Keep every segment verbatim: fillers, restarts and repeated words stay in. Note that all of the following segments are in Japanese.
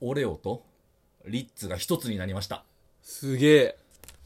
オレオとリッツが一つになりました。 すげえ。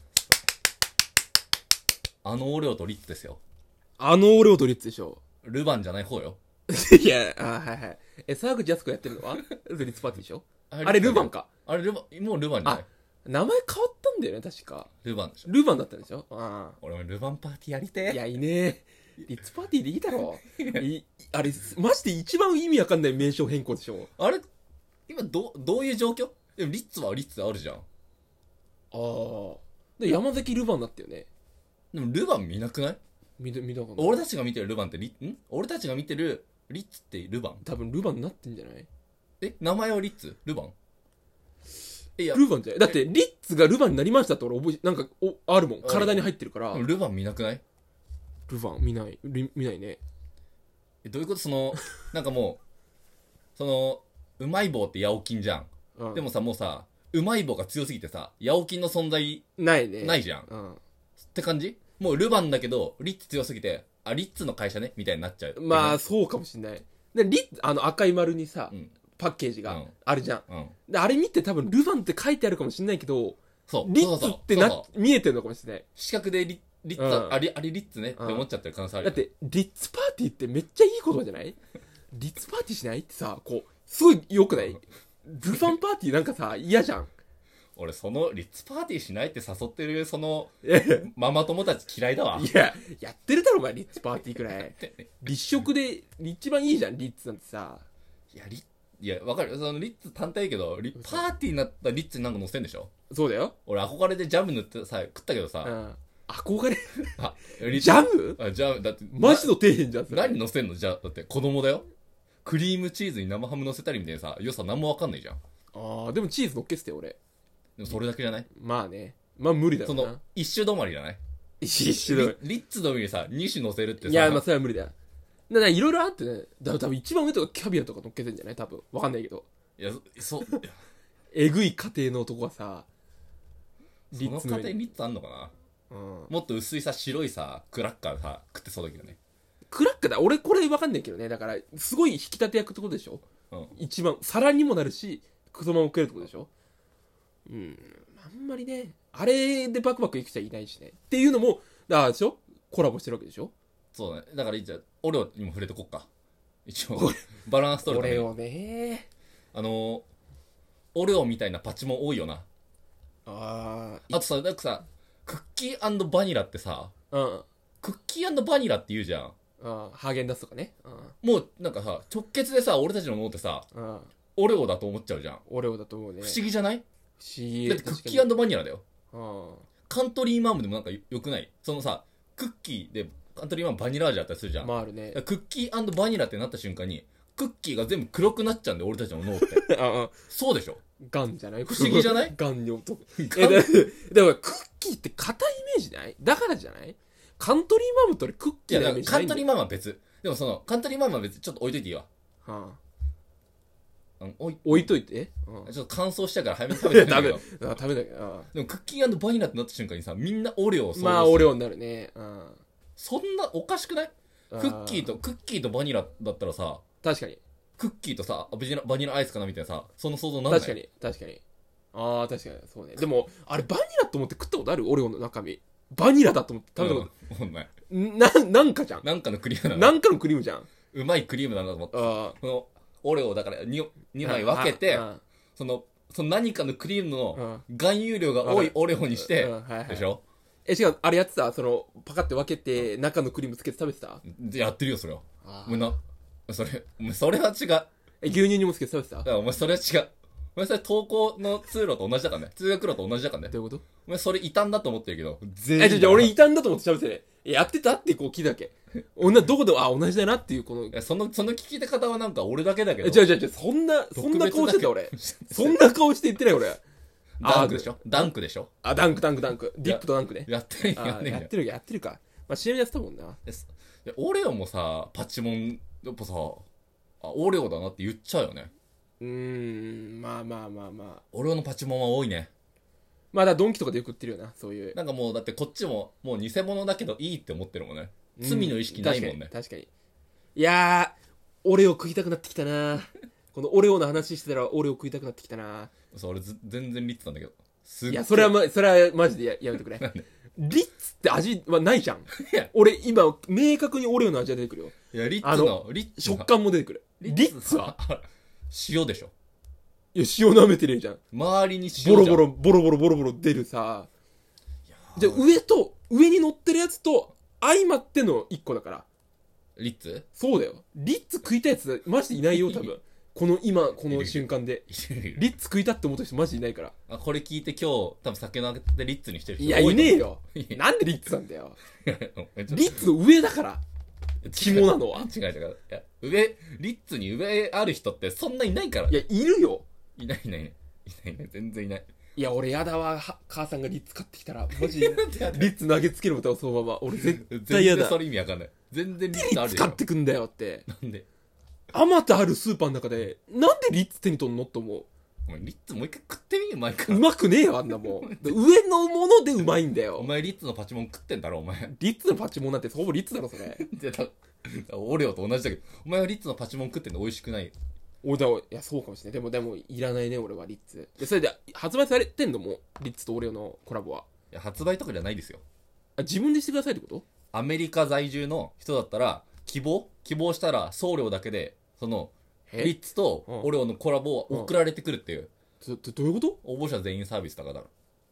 あのオレオとリッツですよ。 あのオレオとリッツでしょ。 ルヴァンじゃない方よ。 いや、あ、はいはい。え、沢口靖子やってるのはリッツパーティーでしょ。あれルヴァンか。 あれルヴァン、もうルヴァンじゃない。 名前変わったんだよね、確か。 ルヴァンでしょ。 ルヴァンだったんでしょ。ああ。 俺もルヴァンパーティーやりてえ。 いや、いねえ。リッツパーティーでいいだろ。いあれ、マジで一番意味わかんない名称変更でしょ。 あれ今ど、どういう状況？でもリッツはリッツあるじゃん。ああ。で、山崎ルヴァンだったよね。 でもルヴァン見なくない？ 見見たかな。 俺たちが見てるルヴァンってリん俺たちが見てるリッツってルヴァン？ 多分ルヴァンになってんじゃない？ え、名前はリッツ？ルヴァン？いや、 ルヴァンじゃない。だってリッツがルヴァンになりましたって俺覚え、なんかおあるもん。体に入ってるから。 ルヴァン見なくない？ ルヴァン見ない。見ないね。 え、どういうこと？その、なんかもう、その、うまい棒ってヤオキンじゃん。 うん、 でもさ、もうさ、うまい棒が強すぎてさ、ヤオキンの存在ないね。 ないじゃん。 うん、 って感じ？もうルヴァンだけど、リッツ強すぎて、あ、リッツの会社ねみたいになっちゃう。 まあ、そうかもしんない。で、リッツ、あの赤い丸にさ、うん、パッケージがあるじゃん。うんうん、であれ見て多分ルヴァンって書いてあるかもしんないけど、そうリッツってなそうそうそう見えてるのかもしれない。 視覚でリリッツ、うん、あれ、あれリッツねって思っちゃってる可能性ある、 だって、リッツパーティーってめっちゃいい言葉じゃない？リッツパーティーしないってさ、こう、すごい良くない？ルヴァンパーティーなんかさ、嫌じゃん。 俺、その、リッツパーティーしないって誘ってる、その、ママ友たち嫌いだわ。 いや、やってるだろ、お前、リッツパーティーくらい。立食で、一番いいじゃん、リッツなんてさ。 いや、リッいや、わかる。そのリッツ単体いいけど、リパーティーになったリッツになんか乗せんでしょ？ そうだよ。 俺憧れでジャム塗ってさ、食ったけどさ。 うん。憧れあ、 ジャム？ あ、ジャム、だって。 マジの底辺じゃん。 何乗せんの？じゃあ、だって子供だよ。クリームチーズに生ハム乗せたりみたいなさ、良さなんもわかんないじゃん。 ああ、でもチーズ乗っけてたよ、俺。 でもそれだけじゃない？ まあね。まあ無理だよな。 その、一種止まりじゃない？ 一種止まり。リッツの上にさ、二種乗せるってさ。 いや、まあそれは無理だよ。だからいろいろあってね。だから多分一番上とかキャビアとか乗っけてんじゃない？多分。わかんないけど。 いや、そう。 えぐい家庭の男がさ、 リッツのその家庭リッツあんのかな？うん。もっと薄いさ、白いさ、クラッカーさ、食ってそうだけどね。 クラッカーだ。俺これわかんないけどね。だから、すごい引き立て役ってことでしょ？うん。一番、皿にもなるし、そのまま食えるってことでしょ？うん。あんまりね、あれでバクバクいく人はいないしね。っていうのも、だからでしょ？コラボしてるわけでしょ？ そうだね。だからいいじゃん。オレオにも触れとこっか。一応、バランス取るために。 オレオね。 あの、オレオみたいなパチモン多いよな。 ああとさ、なんかさ、クッキー&バニラってさ、 うん。 クッキー&バニラって言うじゃん。 あハーゲンダッツとかね。 もうなんかさ、直結でさ、俺たちの脳ってさ、オレオだと思っちゃうじゃん。 オレオだと思うね。 不思議じゃない？ 不思議。 だってクッキー&バニラだよ。 あカントリーマームでもなんかよくない？そのさ、クッキーでカントリーマームバニラ味あったりするじゃん。 まああるね。 クッキー&バニラってなった瞬間に、クッキーが全部黒くなっちゃうんだよ、俺たちの脳って。ああそうでしょ？ ガンじゃない？ 不思議じゃない？ ガンに音。え、だ、だからクッキーって硬いイメージない？だからじゃない？カントリーマームとクッキーのイメージないんだよ。 カントリーマームは別。でもその、カントリーマームは別、ちょっと置いといていいわ。はあ、あ置い置いといて、 うん、ちょっと乾燥したから早めに食べてダメだ食べなきゃ。 でもクッキー&バニラってなった瞬間にさ、みんなオレオを想像する。 まあオレオになるね。うん、 そんなおかしくない？クッキーとクッキーとバニラだったらさ、 確かにクッキーとさバニラ、バニラアイスかなみたいなさ、その想像なんない？ 確かに確かに。ああ確かにそうね。でもあれバニラと思って食ったことある？オレオの中身バニラだと思って食べたこと、うん、ない。ななんかじゃん。 なんかのクリームななんかのクリームじゃん。 うまいクリームだなと思って。あこのオレオだから 2, 2枚分けて、そのその何かのクリームの含有量が多いオレオにして、でしょ？ え、違う、あれやってた？そのパカって分けて中のクリームつけて食べてた？ やってるよそれは。お前なそれお前それは違う。 え、牛乳にもつけて食べてた？ お前それは違う。お前それ登校の通路と同じだからね。通学路と同じだからね。 どういうこと？ お前それ異端だと思ってるけど、全員。 え、じゃじゃ俺異端だと思って食べてね。やってたってこう聞いたわけ。女どこでも、あ、同じだなっていうこの。 その、その聞き方はなんか俺だけだけど。 じゃじゃじゃそんな、そんな顔してた俺。そんな顔して言ってない俺。 ダンクでしょ？ダンクでしょ？ あ、ダンクダンクダンク。ディップとダンクね。 やってるややってるやってるか。まあ シーエム やってたもんな。 オレオもさ、パチモン、やっぱさ、あ、オレオだなって言っちゃうよね。 うーん、まあまあまあまあ。 オレオのパチモンは多いね。 まあだドンキとかでよく売ってるよな、そういう。 なんかもうだってこっちももう偽物だけどいいって思ってるもんね。罪の意識ないもんね。 確かに。確かに。いやー、オレオ食いたくなってきたな。 このオレオの話してたらオレオ食いたくなってきたな。 そう、俺ず全然リッツなんだけど。 いや、それは、ま、それはマジで や, やめてくれ。リッツって味はないじゃん。俺、今、明確にオレオの味が出てくるよ。 いや、リッツの、リッツ食感も出てくる。リッツは塩でしょ。 いや、塩舐めてるじゃん。 周りに塩じゃん。 ボロボロ、ボロボロ、ボロボロ出るさ。じゃあ、上と、上に乗ってるやつと、相まっての一個だから。 リッツ？ そうだよ。リッツ食いたいやつ、マジでいないよ、多分。この、今、この瞬間で。リッツ食いたって思った人マジでいないから。 あ、これ聞いて今日、多分酒飲んでリッツにしてる人いや、いねえよ。なんでリッツなんだよ。リッツの上だから。肝なのは。 違う違う。いや、上、リッツに上ある人ってそんないないから。 いや、いるよ。 いないいない。いないいない。全然いない。 いや、俺やだわ。母さんがリッツ買ってきたら、マジで。リッツ投げつけるもん、そのまま。俺絶対やだ。 全然それ意味わかんない。全然リッツあるよ。 リッツ買ってくんだよって。 なんであまたあるスーパーの中で、なんでリッツ手に取んのって思う。 お前リッツもう一回食ってみよ、毎回。 うまくねえよ、あんなもん。上のものでうまいんだよ。 お前リッツのパチモン食ってんだろ、お前。 リッツのパチモンなんてほぼリッツだろ、それ。 オレオと同じだけど、お前はリッツのパチモン食ってんの美味しくない。 俺だ、いや、そうかもしれない。でも、でも、いらないね、俺は、リッツ。で、それで、発売されてんのも、リッツとオレオのコラボは。 いや、発売とかじゃないですよ。 あ、自分でしてくださいってこと？ アメリカ在住の人だったら、希望希望したら送料だけで、その、リッツとオレオのコラボは送られてくるっていう。 ど、ど、どういうこと？ 応募者全員サービスだからだから。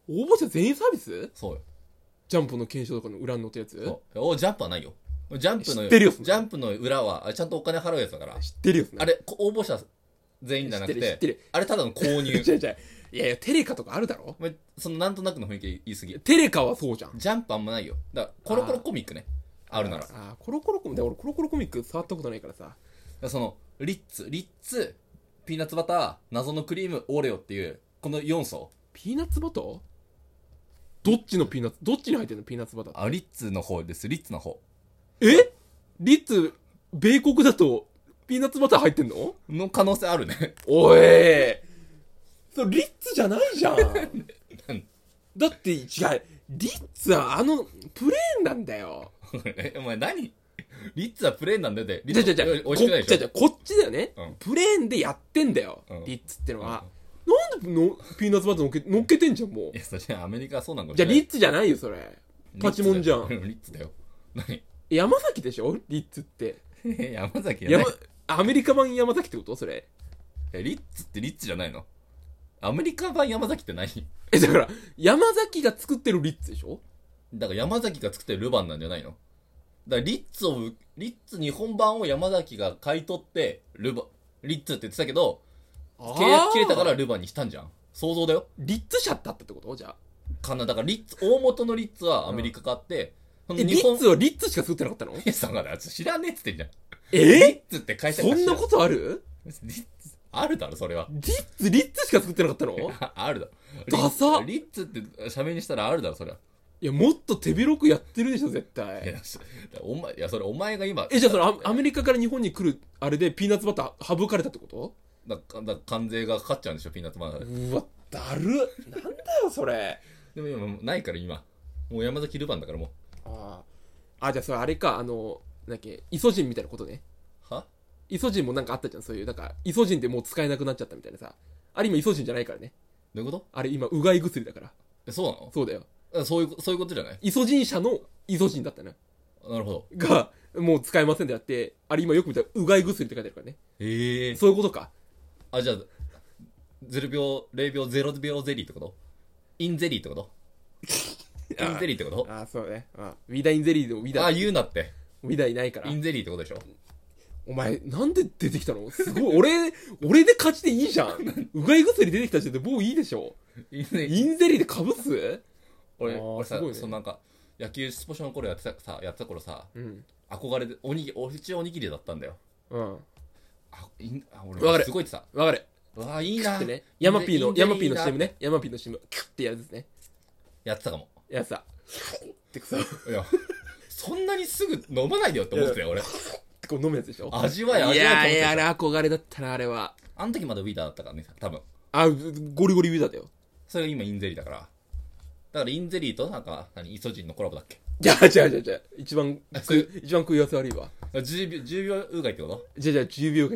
応募者全員サービス？ そうよ。 ジャンプの検証とかの裏に載ったやつ？ そう。お、ジャンプはないよ。ジャンプの、 知ってるよ。 ジャンプの裏は、ちゃんとお金払うやつだから。 知ってるよ。 あれ、応募者全員じゃなくて、 知ってる。 あれただの購入。 違う違う。いやいや、テレカとかあるだろ？ そのなんとなくの雰囲気言い過ぎ。 テレカはそうじゃん。 ジャンプあんまないよ。だから、コロコロコミックね。あるなら。 ああ、コロコロコミック、俺コロコロコミック触ったことないからさ。 その、リッツ、リッツ、ピーナッツバター、謎のクリーム、オレオっていう、このよん層。 ピーナッツバター？どっちのピーナッツ、どっちに入ってるのピーナッツバター？ あ、リッツの方です、リッツの方。 え？リッツ、米国だと、ピーナッツバター入ってんの？ の可能性あるね。 おい、それリッツじゃないじゃん。だって違う、リッツはあのプレーンなんだよ。 え、お前何？リッツはプレーンなんだよって。 リッツじゃじゃ美味しくないでしょ。 じゃこっちだよね、 うん、 プレーンでやってんだよ、うん、リッツってのは、うん、なんでのピーナッツバター乗っけ、乗っけてんじゃんもう。 いや、それアメリカはそうなんかもしれない。じゃあリッツじゃないよそれ。パチモンじゃん。 リッツだよ。何？ 山崎でしょリッツって。 山崎やない。 アメリカ版山崎ってことそれ。 え、リッツってリッツじゃないの？アメリカ版山崎って何？ え、だから、山崎が作ってるリッツでしょ？ だから山崎が作ってるルヴァンなんじゃないの？だからリッツを、リッツ日本版を山崎が買い取って、ルヴァン、リッツって言ってたけど、契約切れたからルヴァンにしたんじゃん。想像だよ。 リッツ社だったってことじゃあ。 かな、だからリッツ、大元のリッツはアメリカ買って、 うん、え、リッツはリッツしか作ってなかったの？ え、さがだ、知らねえっつってんじゃん。 えー、 リッツって会社そんなことある？ リッツ、あるだろ、それは。 リッツ、リッツしか作ってなかったの？ あるだろ。ダサ。 リッツって社名にしたらあるだろ、それは。 いや、もっと手広くやってるでしょ、絶対。 いや、お前、いや、それお前が今。 え、じゃあそのアメリカから日本に来る、あれでピーナッツバター省かれたってこと？ だから、関税がかかっちゃうんでしょ、ピーナッツバターで。 うわ、だる。なんだよ、それ。 でも今、ないから今。もう山崎ルヴァンだからもう。 ああ。あ、じゃあそれあれか、あの、なんだっけ、イソジンみたいなことね。 は？ イソジンもなんかあったじゃん、そういう。なんか、イソジンでもう使えなくなっちゃったみたいなさ。あれ今イソジンじゃないからね。 どういうこと？ あれ今、うがい薬だから。 え、そうなの？ そうだよ。 そういう、そういうことじゃない？ イソジン社のイソジンだったな。 なるほど。 が、もう使えませんであって、あれ今よく見たら、うがい薬って書いてあるからね。 へえー。 そういうことか。 あ、じゃあ、ゼロびょう、ゼロびょう、ゼロびょうゼリーってこと？インゼリーってことインゼリーってこと？ ああ、そうね。ああウィダインゼリーでもウィダイ。 あ、言うなって。 ウィダイないから。 インゼリーってことでしょ？ お前、なんで出てきたの？すごい。俺、俺で勝ちでいいじゃん。うがい薬出てきた時点でもういいでしょ。インゼリー。インゼリーでかぶす？ 俺、俺さ、ね、そのなんか、野球スポ少の頃やってた、さ、やってた頃さ、うん、憧れで、おにぎり、おうちおにぎりだったんだよ。うん。あ、いあ俺、すごいってさ。 わかる。 うわ、いいな。 ってね。ヤマピーの、ヤマピーの シーエム ね。ヤマピーの シーエム、キュッてやるですね。 やってたかも。 やってた。ってくさ。 いや、そんなにすぐ飲まないでよって思ってたよ、俺。 ってこう飲むやつでしょ？ 味わい、味わい。 いやいや、あれ憧れだったな、あれは。 あの時まだウィダーだったからね、多分。 あ、ゴリゴリウィダーだよ。 それが今インゼリーだから。だからインゼリーとなんか、何、イソジンのコラボだっけ？ じゃあ、じゃあ、じゃあ、じゃあ、一番、一番食い合わせ悪いわ。 じゅうびょう、じゅうびょううがいってこと？ じゃあ、じゃあ、じゅうびょううがいじゃない。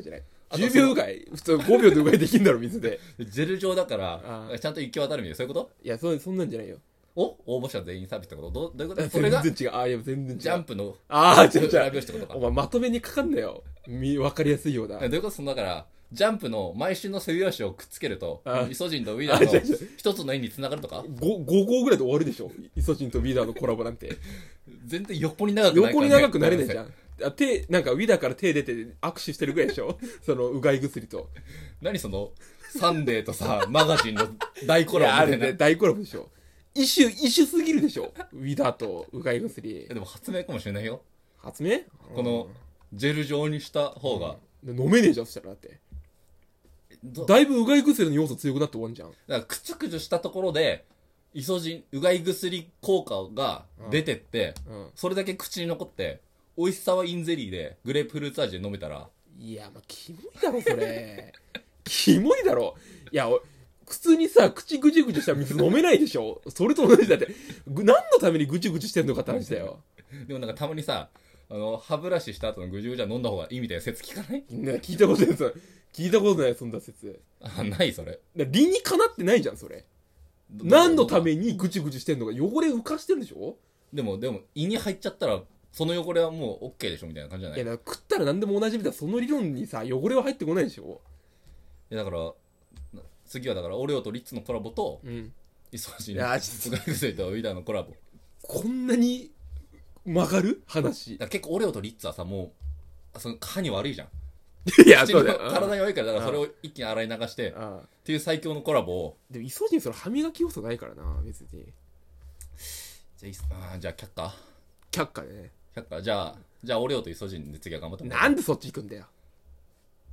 じゅうびょううがい普通ごびょうでうがいできんだろ水で。 ジェル状だからあちゃんと行き渡るみたいなそういうこと？ いやそそんなんじゃないよ。 お応募者全員サービスってこと？どどういうこと？それが全然違う。あいや全然違う。 ジャンプのああ違う違う。 ライブってことか。 お前まとめにかかんなよ。み分かりやすいようだ。 どういうこと？そのだからジャンプの毎週の背拍子をくっつけるとあイソジンとウィダーの一つの絵に繋がるとか？ ご, ご号ぐらいで終わるでしょ。イソジンとウィダーのコラボなんて。 全然横に長くないから、ね、 横に長くなれないじゃん。あ手なんかウィダーから手出て握手してるぐらいでしょ。そのうがい薬と。 何そのサンデーとさマガジンの大コラボみたいな。 いやあれね大コラボでしょ。異種異種すぎるでしょ。ウィダーとうがい薬。 でも発明かもしれないよ。 発明？ このジェル状にした方が、 うん、飲めねえじゃんそしたら。だってだいぶうがい薬の要素強くなって終わんじゃん。 だからクチュクチュしたところでイソジンうがい薬効果が出てって、うんうん、それだけ口に残って美味しさはインゼリーでグレープフルーツ味で飲めたら、 いやまあキモいだろそれ。キモいだろ。いや普通にさ口ぐちぐちした水飲めないでしょ。それと同じだって何のためにぐちぐちしてんのかって話だよ。 でもなんかたまにさあの歯ブラシした後のぐちぐちは飲んだ方がいいみたいな説聞かない？ ね聞いたことないそれ。聞いたことないそんな説。 あないそれ。 理にかなってないじゃんそれ。何のためにぐちぐちしてんのか。汚れ浮かしてるでしょ。 でもでも胃に入っちゃったらその汚れはもう OK でしょみたいな感じじゃない？ いやだから食ったら何でも同じみたいなその理論にさ汚れは入ってこないでしょ。 いやだから次はだからオレオとリッツのコラボと、 うん、 イソジンうがい薬とウィダーのコラボ。 こんなに曲がる話。 だから結構オレオとリッツはさもうその歯に悪いじゃん。 いやそうだよ。 体に悪いからだからそれを一気に洗い流してっていう最強のコラボを。 でもイソジンそれ歯磨き要素ないからな別に。 じゃああじゃあ却下却下でね。 却下じゃあじゃあオレオとイソジンで次は頑張ってもらう。 なんでそっち行くんだよ。